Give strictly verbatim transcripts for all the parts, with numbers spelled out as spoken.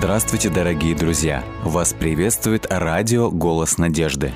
Здравствуйте, дорогие друзья! Вас приветствует радио «Голос надежды».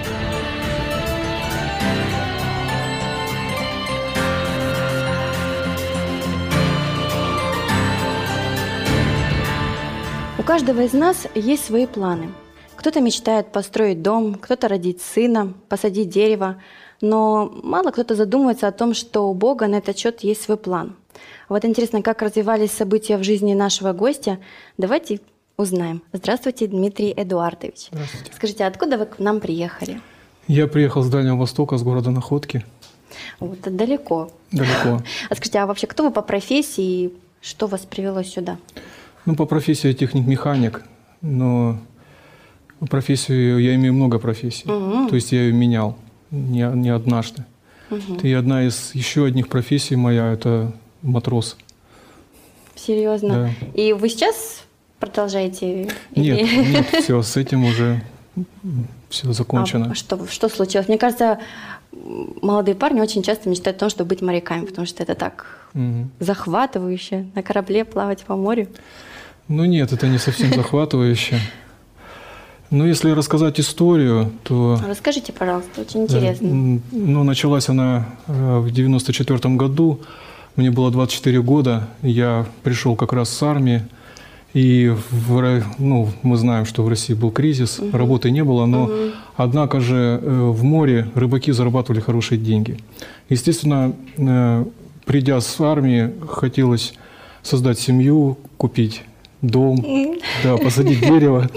У каждого из нас есть свои планы. Кто-то мечтает построить дом, кто-то родить сына, посадить дерево, но мало кто-то задумывается о том, что у Бога на этот счет есть свой план. Вот интересно, как развивались события в жизни нашего гостя. Давайте узнаем. Здравствуйте, Дмитрий Эдуардович. Здравствуйте. Скажите, откуда вы к нам приехали? Я приехал с Дальнего Востока, с города Находки. Вот это далеко. Далеко. А скажите, а вообще кто вы по профессии и что вас привело сюда? Ну, по профессии я техник-механик, но по профессии я имею много профессий. Угу. То есть я ее менял не, не однажды. Угу. И одна из еще одних профессий моя – это матрос. Серьезно? Да. И вы сейчас продолжаете? Нет, или... нет, все, с этим уже все закончено. А что, что случилось? Мне кажется, молодые парни очень часто мечтают о том, чтобы быть моряками, потому что это так угу. захватывающе, на корабле плавать по морю. Ну нет, это не совсем захватывающе. Но если рассказать историю, то… Расскажите, пожалуйста, очень интересно. Ну, началась она в девяносто четвёртом году. Мне было двадцать четыре года. Я пришел как раз с армии. И в, ну, мы знаем, что в России был кризис, угу. работы не было. Но, угу. однако же, в море рыбаки зарабатывали хорошие деньги. Естественно, придя с армии, хотелось создать семью, купить дом, да, посадить дерево.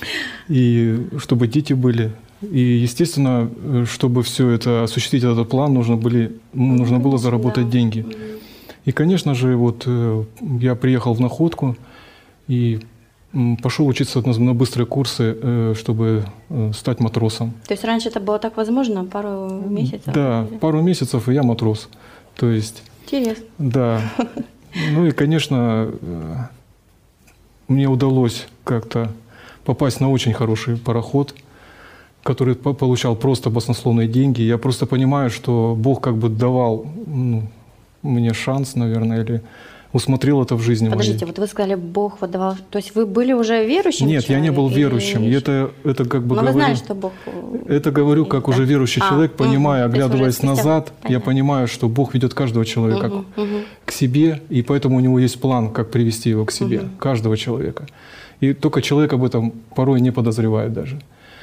И чтобы дети были. И, естественно, чтобы все это осуществить, этот план, нужно, были, нужно было заработать деньги. И, конечно же, вот я приехал в Находку и пошел учиться на, на быстрые курсы, чтобы стать матросом. То есть раньше это было так возможно? Пару месяцев? Да, пару месяцев, и я матрос. То есть… Интересно. Да. Ну и, конечно, мне удалось как-то попасть на очень хороший пароход, который получал просто баснословные деньги. Я просто понимаю, что Бог как бы давал ну, мне шанс, наверное, или усмотрел это в жизни моей. Подождите, вот вы сказали, Бог вот давал… То есть вы были уже верующим Нет, человеком? я не был верующим. Или... Это, это как бы Но говорю, вы знали, что Бог… Это говорю как да? уже верующий а, человек, понимая, угу. оглядываясь назад, понятно. Я понимаю, что Бог ведет каждого человека угу, к, угу. к себе, и поэтому у него есть план, как привести его к себе, угу. каждого человека. И только человек об этом порой не подозревает даже.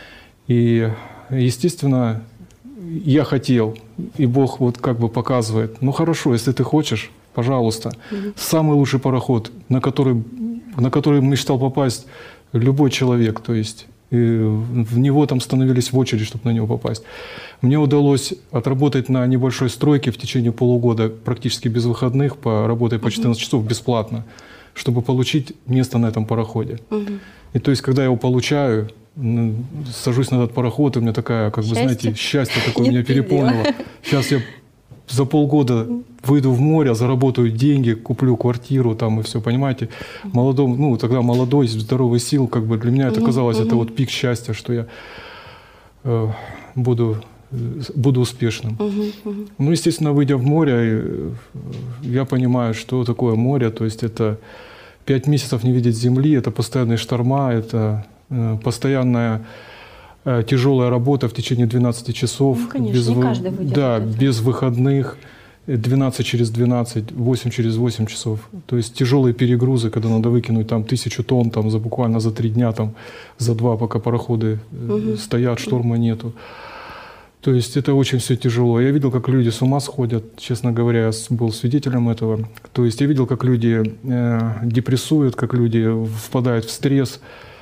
И, естественно, я хотел, и Бог вот как бы показывает, ну хорошо, если ты хочешь, пожалуйста, mm-hmm. самый лучший пароход, на который, на который мечтал попасть любой человек, то есть в него там становились в очередь, чтобы на него попасть. Мне удалось отработать на небольшой стройке в течение полугода, практически без выходных, по работе по четырнадцать mm-hmm. часов бесплатно, чтобы получить место на этом пароходе. Mm-hmm. И то есть, когда я его получаю, сажусь на этот пароход, у меня такая, как бы, знаете, счастье такое меня переполнило. Сейчас я за полгода выйду в море, заработаю деньги, куплю квартиру там и все, понимаете. Молодом, ну, тогда молодой, здоровый сил, как бы для меня это казалось, mm-hmm. это вот пик счастья, что я э, буду, буду успешным. Mm-hmm. Mm-hmm. Ну, естественно, выйдя в море, я понимаю, что такое море, то есть это пять месяцев не видеть земли, это постоянные шторма, это э, постоянная э, тяжелая работа в течение двенадцати часов. Ну, конечно, без, не каждый выдержит да, это. без выходных, двенадцать через двенадцать, восемь через восемь часов. То есть тяжелые перегрузы, когда надо выкинуть там тысячу тонн там, за, буквально за три дня, там, за два, пока пароходы э, угу. стоят, шторма нету. То есть это очень все тяжело. Я видел, как люди с ума сходят, честно говоря, я был свидетелем этого. То есть я видел, как люди э, депрессуют, как люди впадают в стресс,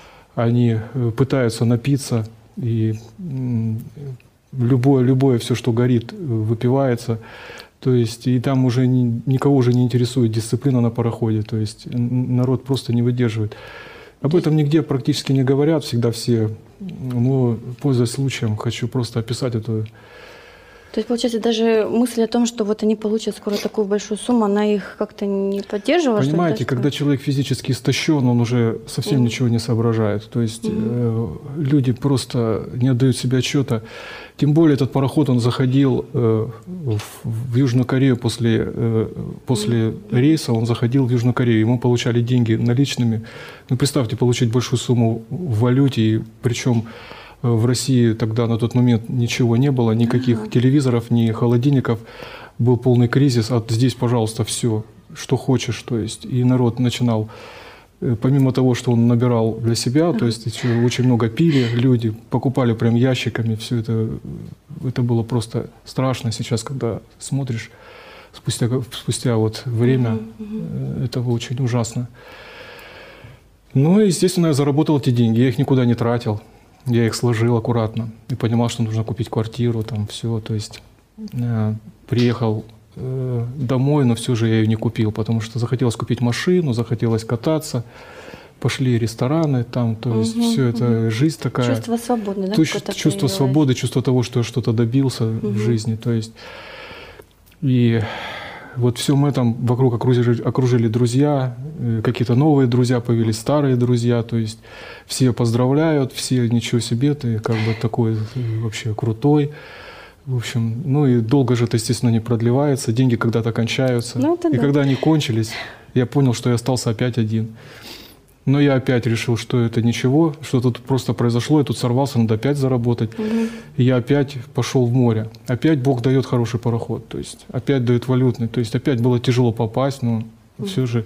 они пытаются напиться, и э, любое, любое все, что горит, выпивается. То есть и там уже ни, никого уже не интересует дисциплина на пароходе. То есть народ просто не выдерживает. Об этом нигде практически не говорят, всегда все, но, пользуясь случаем, хочу просто описать эту То То есть, получается, даже мысль о том, что вот они получат скоро такую большую сумму, она их как-то не поддерживала? Понимаете, когда человек физически истощен, он уже совсем mm. ничего не соображает. То есть mm. э, люди просто не отдают себе отчета. Тем более этот пароход, он заходил э, в, в Южную Корею после, э, после mm. рейса, он заходил в Южную Корею. Ему получали деньги наличными. Ну, представьте, получить большую сумму в валюте, и причем в России тогда на тот момент ничего не было, никаких ага. телевизоров, ни холодильников, был полный кризис, а здесь, пожалуйста, все, что хочешь, то есть, и народ начинал, помимо того, что он набирал для себя, ага. то есть еще очень много пили, люди покупали прям ящиками, все это, это было просто страшно сейчас, когда смотришь, спустя, спустя вот время, ага. это было очень ужасно. Ну и, естественно, я заработал эти деньги, я их никуда не тратил. Я их сложил аккуратно и понимал, что нужно купить квартиру, там все. То есть э, приехал э, домой, но все же я ее не купил, потому что захотелось купить машину, захотелось кататься, пошли рестораны, там, то есть угу, все угу. это жизнь такая. Чувство свободы, да? Чувство, чувство свободы, чувство того, что я что-то добился угу. в жизни, то есть и вот всем этом вокруг окружили, окружили друзья, какие-то новые друзья появились, старые друзья, то есть все поздравляют, все ничего себе, ты как бы такой вообще крутой. В общем, ну и долго же это, естественно, не продлевается, деньги когда-то кончаются. Ну, и да. когда они кончились, я понял, что я остался опять один. Но я опять решил, что это ничего, что тут просто произошло, я тут сорвался, надо опять заработать. Угу. И я опять пошел в море. Опять Бог дает хороший пароход, то есть опять дает валютный. То есть опять было тяжело попасть, но угу. все же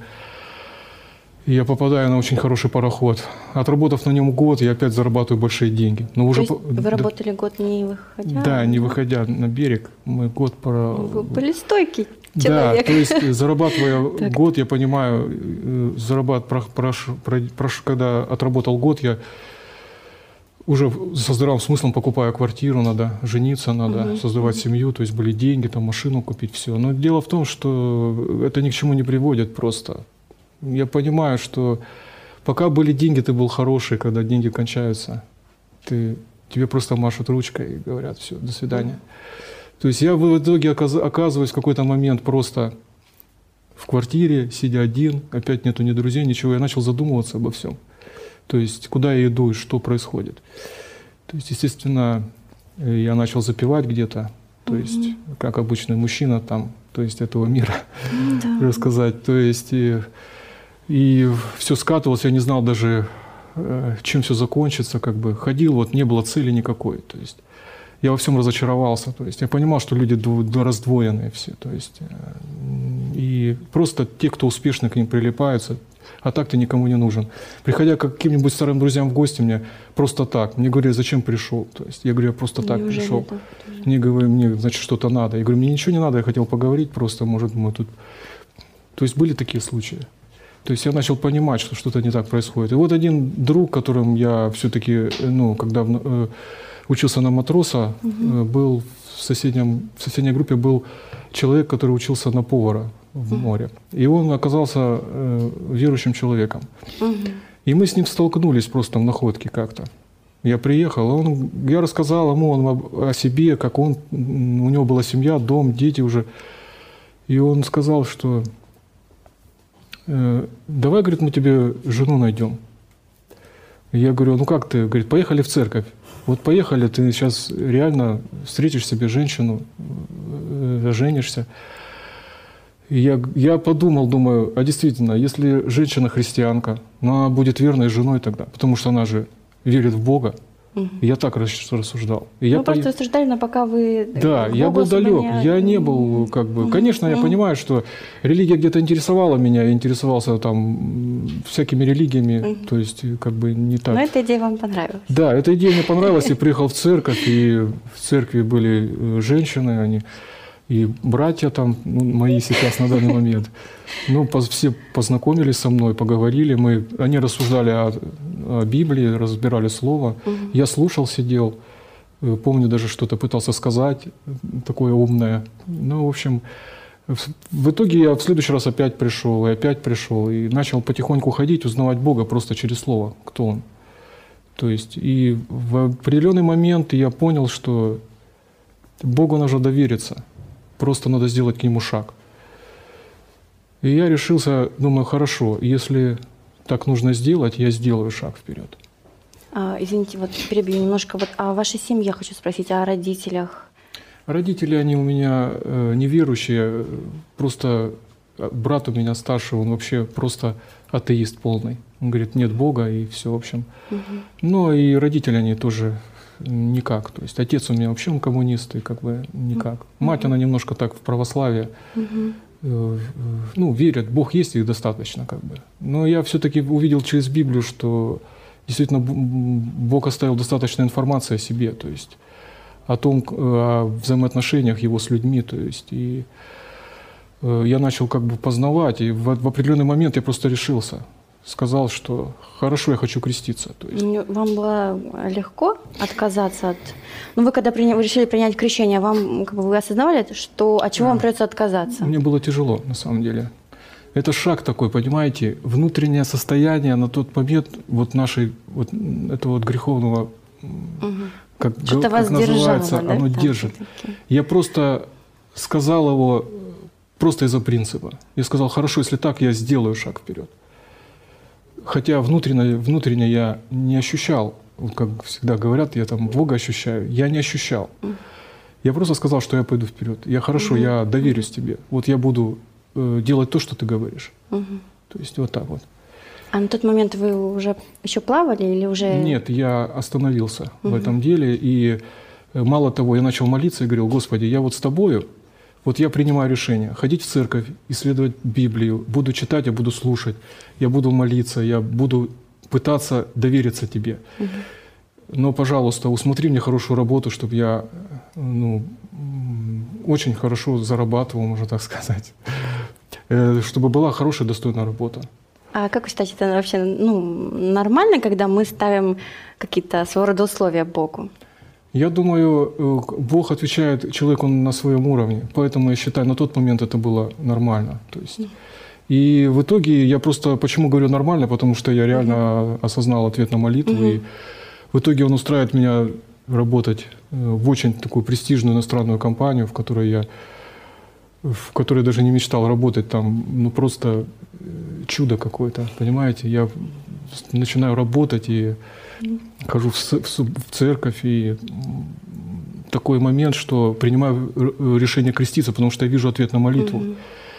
я попадаю на очень хороший пароход. Отработав на нем год, я опять зарабатываю большие деньги. Но уже то есть вы работали да, год не выходя? Да, не выходя на берег. Мы год про... Вы были стойкий человек. Да, то есть зарабатывая год, я понимаю, зарабатывая, прош, прош, когда отработал год, я уже со здравым смыслом покупаю квартиру, надо жениться, надо угу. создавать семью, то есть были деньги, там машину купить, все. Но дело в том, что это ни к чему не приводит просто. Я понимаю, что пока были деньги, ты был хороший, когда деньги кончаются, ты, тебе просто машут ручкой и говорят: все, до свидания. То есть я в итоге оказываюсь в какой-то момент просто в квартире, сидя один, опять нету ни друзей, ничего. Я начал задумываться обо всем. То есть куда я иду и что происходит. То есть, естественно, я начал запивать где-то, то есть mm-hmm. как обычный мужчина там, то есть этого мира mm-hmm. рассказать. То есть и, и все скатывалось, я не знал даже, чем все закончится, как бы ходил, вот не было цели никакой. То есть я во всем разочаровался, то есть я понимал, что люди раздвоенные все, то есть и просто те, кто успешно к ним прилипаются, а так ты никому не нужен. Приходя к каким-нибудь старым друзьям в гости, мне просто так, мне говорят: зачем пришел? То есть я говорю: я просто так Неужели пришел. Так? Мне говорят: мне, значит, что-то надо. Я говорю: мне ничего не надо, я хотел поговорить просто, может, мы тут... То есть были такие случаи. То есть я начал понимать, что что-то не так происходит. И вот один друг, которым я все-таки, ну, когда э, учился на матроса, угу. э, был в, соседнем, в соседней группе был человек, который учился на повара в море. И он оказался э, верующим человеком. Угу. И мы с ним столкнулись просто в находке как-то. Я приехал, он, я рассказал ему он о, о себе, как он, у него была семья, дом, дети уже. И он сказал, что э, давай, говорит, мы тебе жену найдем. Я говорю: ну как ты? Говорит: поехали в церковь. Вот поехали, ты сейчас реально встретишь себе женщину, э, женишься. И я, я подумал, думаю, а действительно, если женщина христианка, ну, она будет верной женой тогда, потому что она же верит в Бога. Угу. И я так рассуждал. И ну, я просто по... рассуждали, но пока вы... Да, я был далек, не... я не был как бы... Конечно, угу. я понимаю, что религия где-то интересовала меня, я интересовался там всякими религиями, угу. то есть как бы не так... Но эта идея вам понравилась. Да, эта идея мне понравилась, я приехал в церковь, и в церкви были женщины, они... И братья там, ну, мои сейчас на данный момент, ну, по, все познакомились со мной, поговорили. Мы, они рассуждали о, о Библии, разбирали слово. Угу. Я слушал, сидел. Помню, даже что-то пытался сказать, такое умное. Ну, в общем, в, в итоге я в следующий раз опять пришел, и опять пришел. И начал потихоньку ходить, узнавать Бога просто через слово, кто Он. То есть, и в определенный момент я понял, что Богу нужно довериться, просто надо сделать к Нему шаг. И я решился, думаю, хорошо, если так нужно сделать, я сделаю шаг вперед. А, извините, вот перебью немножко. Вот о вашей семье хочу спросить, о родителях. Родители, они у меня э, неверующие, просто брат у меня старший, он вообще просто атеист полный. Он говорит, нет Бога и все, в общем. Угу. Но и родители, они тоже никак. То есть отец у меня вообще он коммунист, и как бы никак. Угу. Мать, она немножко так в православие. Угу. Э, ну, верят, Бог есть, их достаточно как бы. Но я все-таки увидел через Библию, что действительно Бог оставил достаточно информации о себе, то есть о том, о взаимоотношениях Его с людьми, то есть и я начал как бы познавать, и в, в определенный момент я просто решился, сказал, что хорошо, я хочу креститься. То есть. Вам было легко отказаться от... Ну, вы когда приня... вы решили принять крещение, вам как бы вы осознавали, что от чего вам придется отказаться? Мне было тяжело, на самом деле. Это шаг такой, понимаете, внутреннее состояние на тот момент вот нашей, вот этого вот греховного, угу. как, Что-то как вас называется, держало, да? оно Там держит. Я просто сказал его просто из-за принципа. Я сказал, хорошо, если так, я сделаю шаг вперед. Хотя внутренне, внутренне я не ощущал, как всегда говорят, я там Бога ощущаю, я не ощущал. Угу. Я просто сказал, что я пойду вперед. Я хорошо, угу. я доверюсь тебе. Вот я буду делать то, что ты говоришь. Угу. То есть вот так вот. А на тот момент вы уже еще плавали или уже... Нет, я остановился угу. в этом деле. И мало того, я начал молиться и говорил, Господи, я вот с тобою, вот я принимаю решение ходить в церковь, исследовать Библию, буду читать, я буду слушать, я буду молиться, я буду пытаться довериться тебе. Угу. Но, пожалуйста, усмотри мне хорошую работу, чтобы я ну, очень хорошо зарабатывал, можно так сказать, чтобы была хорошая, достойная работа. А как вы считаете, это вообще ну, нормально, когда мы ставим какие-то своего рода условия Богу? Я думаю, Бог отвечает человеку на своем уровне, поэтому я считаю, на тот момент это было нормально. То есть, и в итоге я просто, почему говорю нормально, потому что я реально uh-huh. осознал ответ на молитву, uh-huh. и в итоге он устраивает меня работать в очень такую престижную иностранную компанию, в которой я, в которой я даже не мечтал работать, там, ну просто чудо какое-то, понимаете? Я начинаю работать и хожу в, в, в церковь, и такой момент, что принимаю решение креститься, потому что я вижу ответ на молитву. Mm-hmm.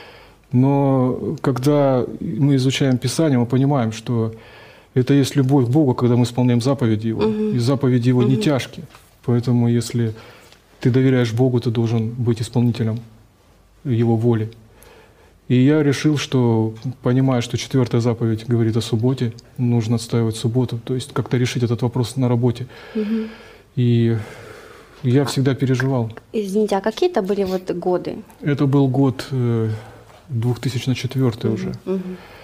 Но когда мы изучаем Писание, мы понимаем, что это есть любовь к Богу, когда мы исполняем заповеди Его. Mm-hmm. И заповеди Его mm-hmm. не тяжкие. Поэтому если ты доверяешь Богу, ты должен быть исполнителем Его воли. И я решил, что, понимая, что четвертая заповедь говорит о субботе, нужно отстаивать субботу, то есть как-то решить этот вопрос на работе. Угу. И я всегда переживал. Извините, а какие это были вот годы? Это был год две тысячи четвёртый угу. уже. Угу.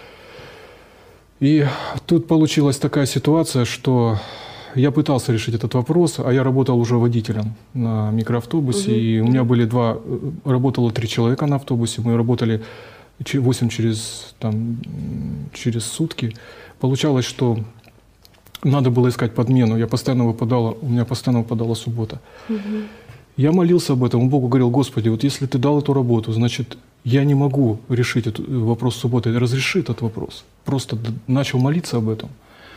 И тут получилась такая ситуация, что я пытался решить этот вопрос, а я работал уже водителем на микроавтобусе, угу. и у меня были два, работало три человека на автобусе, мы работали восемь через, там, через сутки. Получалось, что надо было искать подмену, я постоянно выпадала, у меня постоянно выпадала суббота. Угу. Я молился об этом, Богу говорил, Господи, вот если Ты дал эту работу, значит, я не могу решить этот вопрос субботы, разреши этот вопрос. Просто начал молиться об этом.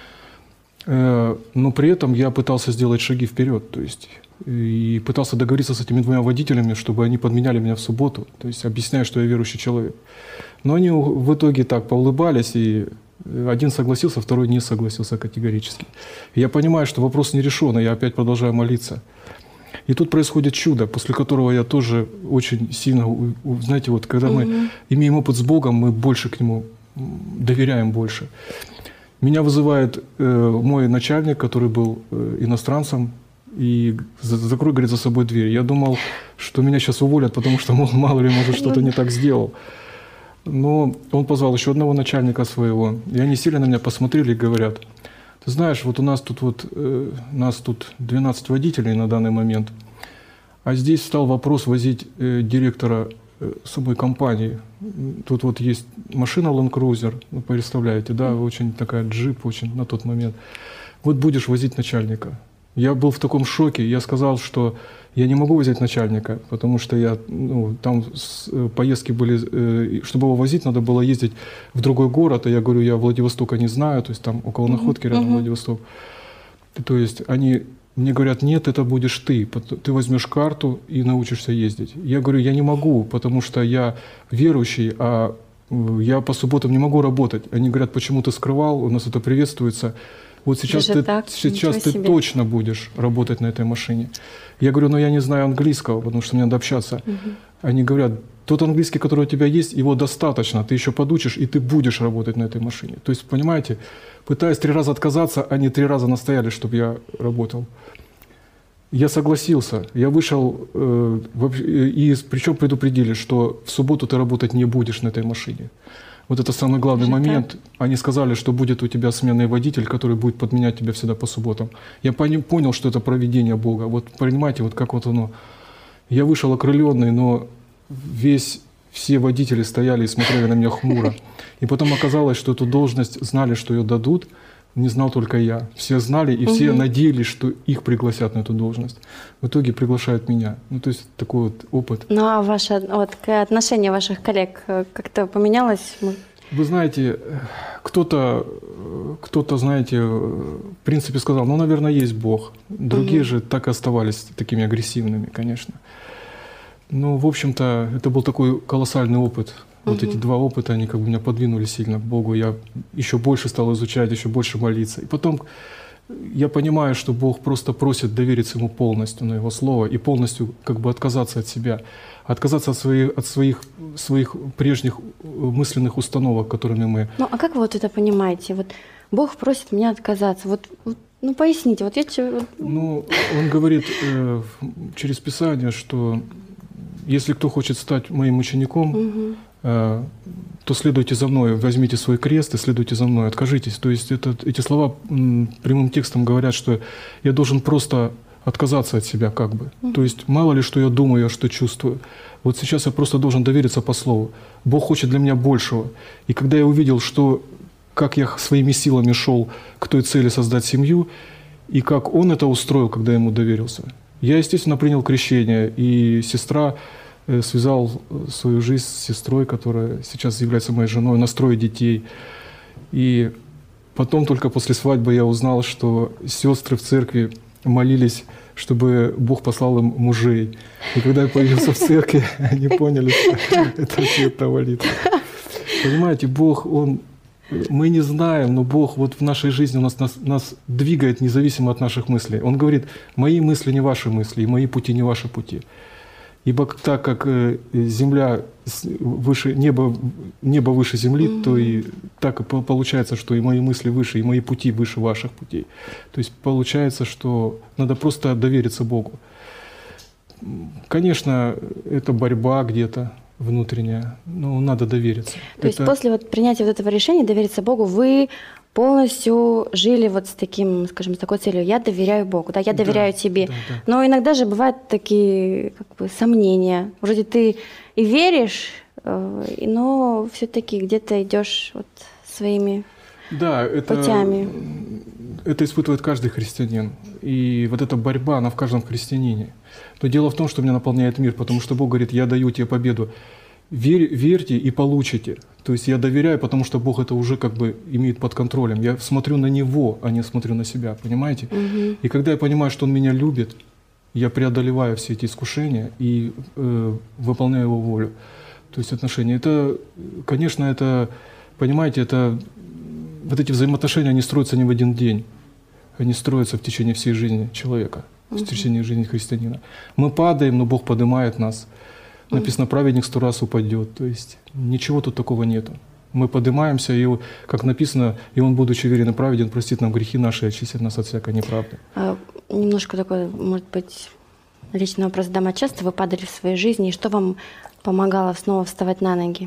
Но при этом я пытался сделать шаги вперед, то есть и пытался договориться с этими двумя водителями, чтобы они подменяли меня в субботу, то есть объясняя, что я верующий человек. Но они в итоге так поулыбались, и один согласился, второй не согласился категорически. И я понимаю, что вопрос не решен, и я опять продолжаю молиться. И тут происходит чудо, после которого я тоже очень сильно, знаете, вот когда угу. мы имеем опыт с Богом, мы больше к Нему доверяем больше. Меня вызывает э, мой начальник, который был э, иностранцем, и закрой, говорит, за собой дверь. Я думал, что меня сейчас уволят, потому что, мол, мало ли, может, что-то не так сделал. Но он позвал еще одного начальника своего, и они сели на меня, посмотрели и говорят, ты знаешь, вот у нас тут вот, э, нас тут двенадцать водителей на данный момент, а здесь встал вопрос возить э, директора э, самой компании. Тут вот есть машина Land Cruiser, вы представляете, да, очень такая джип, очень на тот момент. Вот будешь возить начальника. Я был в таком шоке. Я сказал, что я не могу взять начальника, потому что я, ну, там поездки были, чтобы его возить, надо было ездить в другой город. А я говорю, я Владивостока не знаю, то есть там около Находки, рядом uh-huh. Владивосток. То есть они мне говорят, нет, это будешь ты. Ты возьмешь карту и научишься ездить. Я говорю, я не могу, потому что я верующий, а я по субботам не могу работать. Они говорят, почему ты скрывал, у нас это приветствуется. Вот сейчас Даже ты, так? сейчас ты точно будешь работать на этой машине. Я говорю, но я не знаю английского, потому что мне надо общаться. Угу. Они говорят, тот английский, который у тебя есть, его достаточно, ты еще подучишь, и ты будешь работать на этой машине. То есть, понимаете, пытаясь три раза отказаться, они три раза настояли, чтобы я работал. Я согласился. Я вышел, э, и причем предупредили, что в субботу ты работать не будешь на этой машине. Вот это самый главный Даже момент. Так? Они сказали, что будет у тебя сменный водитель, который будет подменять тебя всегда по субботам. Я понял, что это провидение Бога. Вот понимаете, вот как вот оно. Я вышел окрыленный, но весь, все водители стояли и смотрели на меня хмуро. И потом оказалось, что эту должность знали, что ее дадут. Не знал только я. Все знали, и все угу. надеялись, что их пригласят на эту должность. В итоге приглашают меня. Ну, то есть такой вот опыт. Ну, а ваше вот, отношение ваших коллег как-то поменялось? Вы знаете, кто-то, кто-то, знаете, в принципе сказал, ну, наверное, есть Бог. Другие угу. же так и оставались такими агрессивными, конечно. Ну, в общем-то, это был такой колоссальный опыт. Вот угу. эти два опыта, они как бы меня подвинули сильно к Богу. Я еще больше стал изучать, еще больше молиться. И потом я понимаю, что Бог просто просит довериться Ему полностью на Его Слово и полностью как бы отказаться от себя, отказаться от своих, от своих, своих прежних мысленных установок, которыми мы… Ну, а как вы вот это понимаете? Вот Бог просит меня отказаться. Вот, вот ну, поясните. Вот я… Ну, Он говорит э, через Писание, что если кто хочет стать моим учеником, угу. то следуйте за мной, возьмите свой крест и следуйте за мной, откажитесь. То есть это, эти слова прямым текстом говорят, что я должен просто отказаться от себя как бы. Mm-hmm. То есть мало ли, что я думаю, что чувствую. Вот сейчас я просто должен довериться по слову. Бог хочет для меня большего. И когда я увидел, что как я своими силами шел к той цели создать семью, и как Он это устроил, когда я Ему доверился, я, естественно, принял крещение, и сестра… связал свою жизнь с сестрой, которая сейчас является моей женой, настроить детей. И потом только после свадьбы я узнал, что сестры в церкви молились, чтобы Бог послал им мужей. И когда я появился в церкви, они поняли, что это ответная молитва. Понимаете, Бог, Он… Мы не знаем, но Бог вот в нашей жизни у нас, нас, нас двигает независимо от наших мыслей. Он говорит, мои мысли не ваши мысли, и мои пути не ваши пути. Ибо так как земля выше неба, небо выше земли, mm-hmm. то и так и получается, что и мои мысли выше, и мои пути выше ваших путей. То есть получается, что надо просто довериться Богу. Конечно, это борьба где-то внутренняя, но надо довериться. То это... есть после вот принятия вот этого решения довериться Богу вы полностью жили вот с таким, скажем, с такой целью. Я доверяю Богу, да, я доверяю да, тебе. Да, да. Но иногда же бывают такие как бы сомнения. Вроде ты и веришь, но все-таки где-то идешь вот своими да, это, путями. Это испытывает каждый христианин. И вот эта борьба, она в каждом христианине. Но дело в том, что меня наполняет мир, потому что Бог говорит, я даю тебе победу. Верь, верьте и получите. То есть я доверяю, потому что Бог это уже как бы имеет под контролем. Я смотрю на Него, а не смотрю на себя, понимаете? Угу. И когда я понимаю, что Он меня любит, я преодолеваю все эти искушения и э, выполняю Его волю. То есть отношения. Это, конечно, это, понимаете, это вот эти взаимоотношения, они строятся не в один день. Они строятся в течение всей жизни человека, угу. в течение жизни христианина. Мы падаем, но Бог поднимает нас. Написано, праведник сто раз упадет. То есть ничего тут такого нету. Мы поднимаемся, и, как написано, и Он, будучи верен и праведен, простит нам грехи наши и очистит нас от всякой неправды. А, немножко такой, может быть, личный вопрос задам. А часто вы падали в своей жизни, и что вам помогало снова вставать на ноги?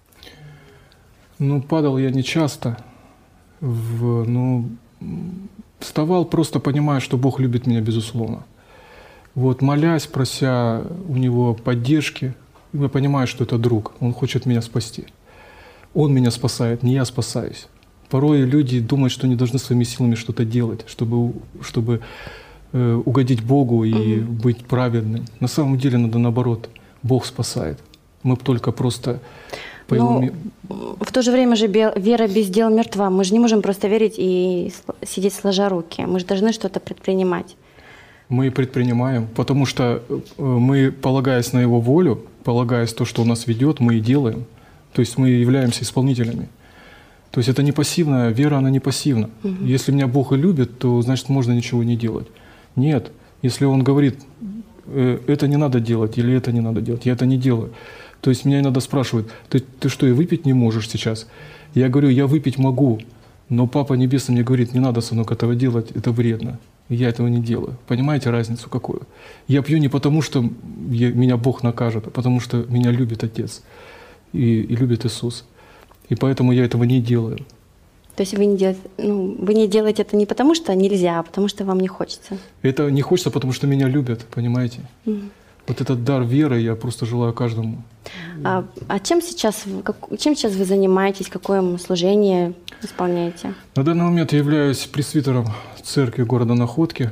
Ну, падал я не часто. В, ну, вставал, просто понимая, что Бог любит меня, безусловно. Вот, молясь, прося у Него поддержки, я понимаю, что это друг, Он хочет меня спасти. Он меня спасает, не я спасаюсь. Порой люди думают, что они должны своими силами что-то делать, чтобы, чтобы э, угодить Богу и Мгм. быть праведным. На самом деле надо наоборот. Бог спасает. Мы б только просто по Его Но ми- в то же время же бе- вера без дел мертва. Мы же не можем просто верить и сл- сидеть сложа руки. Мы же должны что-то предпринимать. мы и предпринимаем, потому что э, мы, полагаясь на Его волю, полагаясь то, что Он нас ведет, мы и делаем. То есть мы являемся исполнителями. То есть это не пассивная вера, она не пассивна. Если меня Бог и любит, то значит можно ничего не делать. Нет, если Он говорит, э, это не надо делать или это не надо делать, я это не делаю. То есть меня иногда спрашивают, ты, ты что, и выпить не можешь сейчас? Я говорю, я выпить могу, но Папа Небесный мне говорит, не надо, сынок, этого делать, это вредно. И я этого не делаю. Понимаете разницу какую? Я пью не потому, что я- меня Бог накажет, а потому что меня любит Отец и, и любит Иисус. И поэтому я этого не делаю. То есть вы не, дел- ну, вы не делаете это не потому, что нельзя, а потому что вам не хочется. Это не хочется, потому что меня любят, понимаете? Мгм. Вот этот дар веры я просто желаю каждому. А, а чем сейчас, вы- как- чем сейчас вы занимаетесь, какое служение исполняете? На данный момент я являюсь пресвитером церкви города Находки.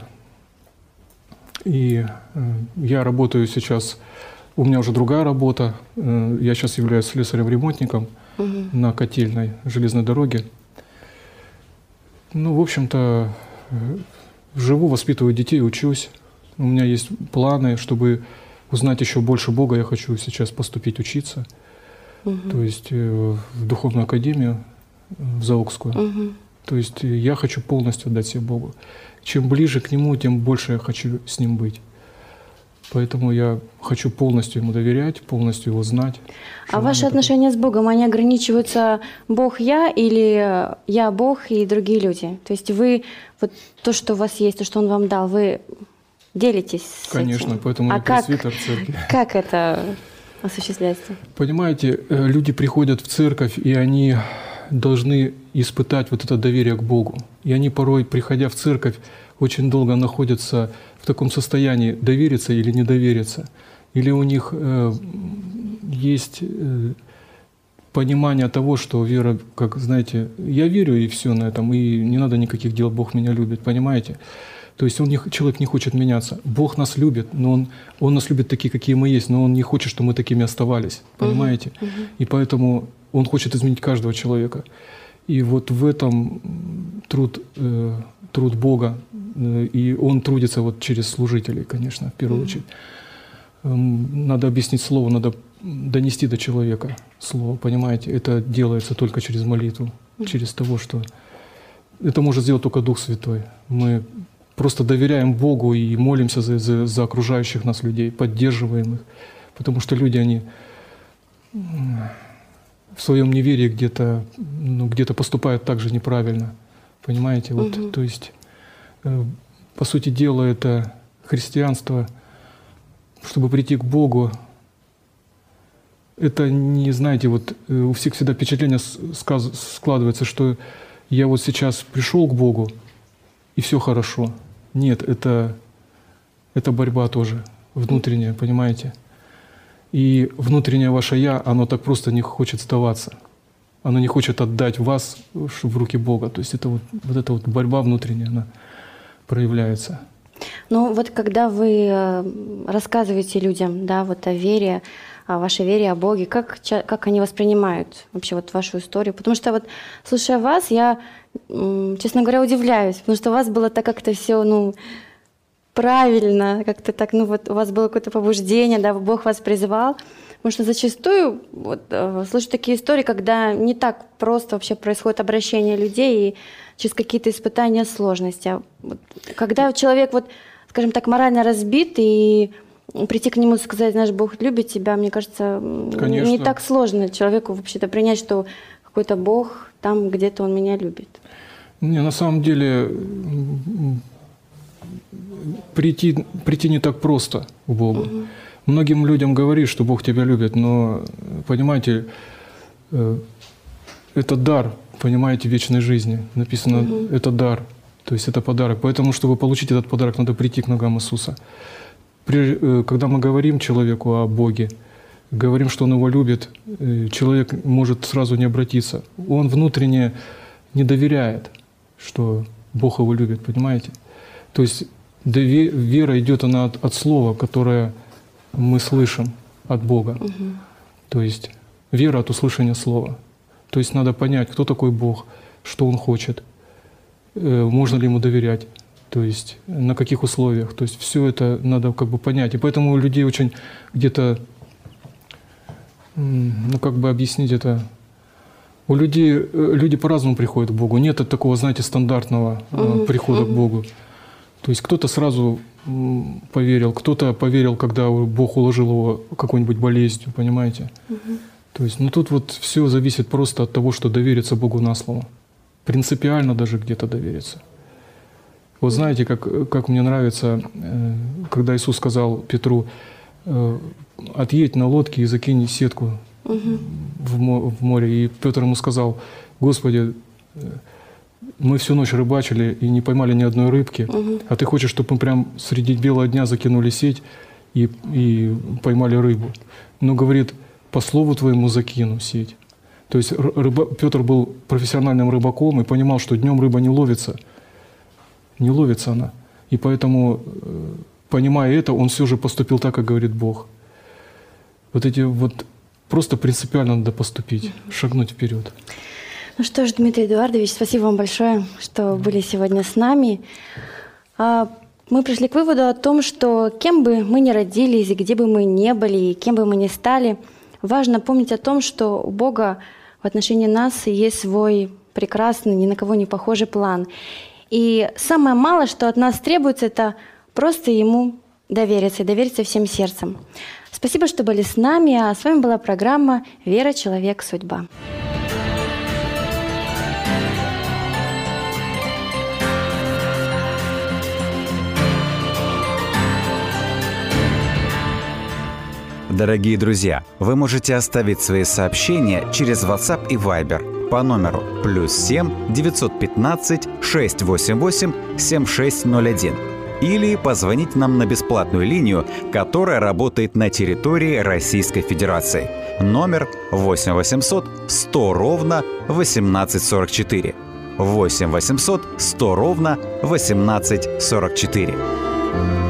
И э, я работаю сейчас, у меня уже другая работа. Э, я сейчас являюсь слесарем-ремонтником Мгм. на котельной железной дороге. Ну, в общем-то, э, живу, воспитываю детей, учусь. У меня есть планы, чтобы узнать еще больше Бога. Я хочу сейчас поступить учиться, Мгм. то есть э, в духовную академию, э, в Заокскую. Мгм. То есть э, я хочу полностью отдать себя Богу. Чем ближе к Нему, тем больше я хочу с Ним быть. Поэтому я хочу полностью Ему доверять, полностью Его знать. А Желание ваши такое. отношения с Богом, они ограничиваются Бог я или я Бог и другие люди? То есть вы, вот то, что у вас есть, то, что Он вам дал, вы делитесь с Конечно, этим? поэтому а я как, пресвитер церкви. как это осуществляется? Понимаете, э, люди приходят в церковь, и они должны испытать вот это доверие к Богу. И они порой, приходя в церковь, очень долго находятся в таком состоянии, довериться или не довериться. Или у них э, есть э, понимание того, что вера, как, знаете, я верю и все на этом, и не надо никаких дел, Бог меня любит, понимаете? То есть он не, человек не хочет меняться. Бог нас любит, но он, он нас любит такие, какие мы есть, но Он не хочет, чтобы мы такими оставались, понимаете? И поэтому Он хочет изменить каждого человека. И вот в этом труд, э, труд Бога, э, и Он трудится вот через служителей, конечно, в первую очередь. Эм, Надо объяснить Слово, надо донести до человека Слово, понимаете? Это делается только через молитву, через того, что… Это может сделать только Дух Святой. Мы просто доверяем Богу и молимся за, за, за окружающих нас людей, поддерживаем их. Потому что люди, они м, в своем неверии где-то ну, где-то поступают также неправильно. Понимаете? Вот, Мгм. то есть, э, по сути дела, это христианство, чтобы прийти к Богу, это не, знаете, вот э, у всех всегда впечатление с- сказ- складывается, что я вот сейчас пришел к Богу, и все хорошо. Нет, это, это борьба тоже внутренняя, понимаете? И внутреннее ваше «я», оно так просто не хочет сдаваться. Оно не хочет отдать вас в руки Бога. То есть это вот, вот эта вот борьба внутренняя, она проявляется. Ну вот когда вы э, рассказываете людям, да, вот о вере, о вашей вере, о Боге, как, ча- как они воспринимают вообще вот вашу историю? Потому что вот слушая вас, я, м, честно говоря, удивляюсь, потому что у вас было так как-то все, ну, правильно, как-то так, ну вот у вас было какое-то побуждение, да, Бог вас призывал. Потому что зачастую вот, э, слышу такие истории, когда не так просто вообще происходит обращение людей и через какие-то испытания, сложности. А вот когда человек, вот, скажем так, морально разбит, и прийти к нему и сказать, знаешь, Бог любит тебя, мне кажется, м, Конечно. не так сложно человеку вообще-то принять, что какой-то Бог там где-то он меня любит. Не, на самом деле м, прийти, прийти не так просто к Богу. Многим людям говоришь, что Бог тебя любит, но, понимаете, э, это дар, понимаете, вечной жизни. Написано, это дар, то есть это подарок. Поэтому, чтобы получить этот подарок, надо прийти к ногам Иисуса. При- э, Когда мы говорим человеку о Боге, говорим, что Он его любит, э, человек может сразу не обратиться. Он внутренне не доверяет, что Бог его любит, понимаете? То есть Да вера идет она от, от слова, которое мы слышим от Бога. Угу. То есть вера от услышания слова. То есть надо понять, кто такой Бог, что Он хочет, можно ли Ему доверять, то есть на каких условиях. То есть все это надо как бы понять. И поэтому у людей очень где-то, ну как бы объяснить это, у людей, люди по-разному приходят к Богу. Нет такого, знаете, стандартного угу. прихода угу. к Богу. То есть кто-то сразу поверил, кто-то поверил, когда Бог уложил его какой-нибудь болезнью, понимаете? Угу. То есть, ну тут вот все зависит просто от того, что довериться Богу на слово. Принципиально даже где-то довериться. Вот знаете, как, как мне нравится, когда Иисус сказал Петру: «Отъедь на лодке и закинь сетку угу. в море». И Петр ему сказал: «Господи, мы всю ночь рыбачили и не поймали ни одной рыбки, угу. а Ты хочешь, чтобы мы прям среди белого дня закинули сеть и, и поймали рыбу?» Но говорит: «По слову Твоему закину сеть». То есть рыба, Петр был профессиональным рыбаком и понимал, что днем рыба не ловится. Не ловится она. И поэтому, понимая это, он все же поступил так, как говорит Бог. Вот эти вот просто принципиально надо поступить, шагнуть вперед. Ну что ж, Дмитрий Эдуардович, спасибо вам большое, что были сегодня с нами. Мы пришли к выводу о том, что кем бы мы ни родились, где бы мы ни были, и кем бы мы ни стали, важно помнить о том, что у Бога в отношении нас есть свой прекрасный, ни на кого не похожий план. И самое малое, что от нас требуется, это просто Ему довериться и довериться всем сердцем. Спасибо, что были с нами, а с вами была программа «Вера, человек, судьба». Дорогие друзья, вы можете оставить свои сообщения через WhatsApp и Viber по номеру плюс семь девятьсот пятнадцать шестьсот восемьдесят восемь семьдесят шесть ноль один или позвонить нам на бесплатную линию, которая работает на территории Российской Федерации. Номер восемь восемьсот сто ровно восемнадцать сорок четыре. восемь восемьсот сто ровно восемнадцать сорок четыре.